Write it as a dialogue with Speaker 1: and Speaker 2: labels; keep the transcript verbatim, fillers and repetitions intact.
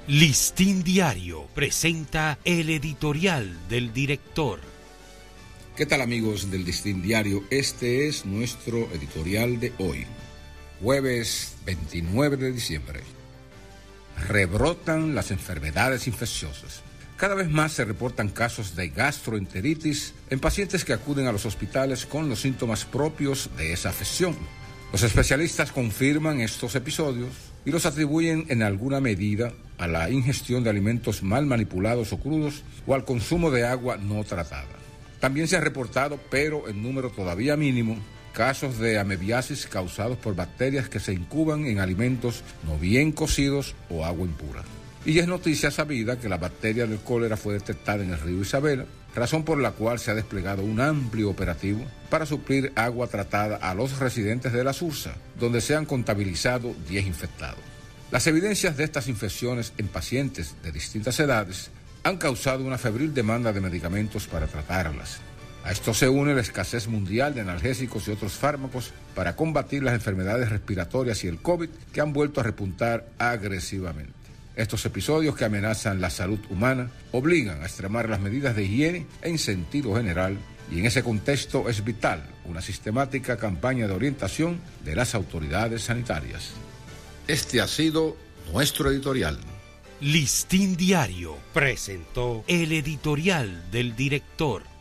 Speaker 1: Listín Diario presenta el editorial del director.
Speaker 2: ¿Qué tal, amigos del Listín Diario? Este es nuestro editorial de hoy, jueves veintinueve de diciembre. Rebrotan las enfermedades infecciosas. Cada vez más se reportan casos de gastroenteritis en pacientes que acuden a los hospitales con los síntomas propios de esa afección. Los especialistas confirman estos episodios y los atribuyen en alguna medida a la ingestión de alimentos mal manipulados o crudos o al consumo de agua no tratada. También se han reportado, pero en número todavía mínimo, casos de amebiasis causados por bacterias que se incuban en alimentos no bien cocidos o agua impura. Y es noticia sabida que la bacteria del cólera fue detectada en el río Isabela, razón por la cual se ha desplegado un amplio operativo para suplir agua tratada a los residentes de la Sursa, donde se han contabilizado diez infectados. Las evidencias de estas infecciones en pacientes de distintas edades han causado una febril demanda de medicamentos para tratarlas. A esto se une la escasez mundial de analgésicos y otros fármacos para combatir las enfermedades respiratorias y el COVID, que han vuelto a repuntar agresivamente. Estos episodios que amenazan la salud humana obligan a extremar las medidas de higiene en sentido general, y en ese contexto es vital una sistemática campaña de orientación de las autoridades sanitarias. Este ha sido nuestro editorial.
Speaker 1: Listín Diario presentó el editorial del director.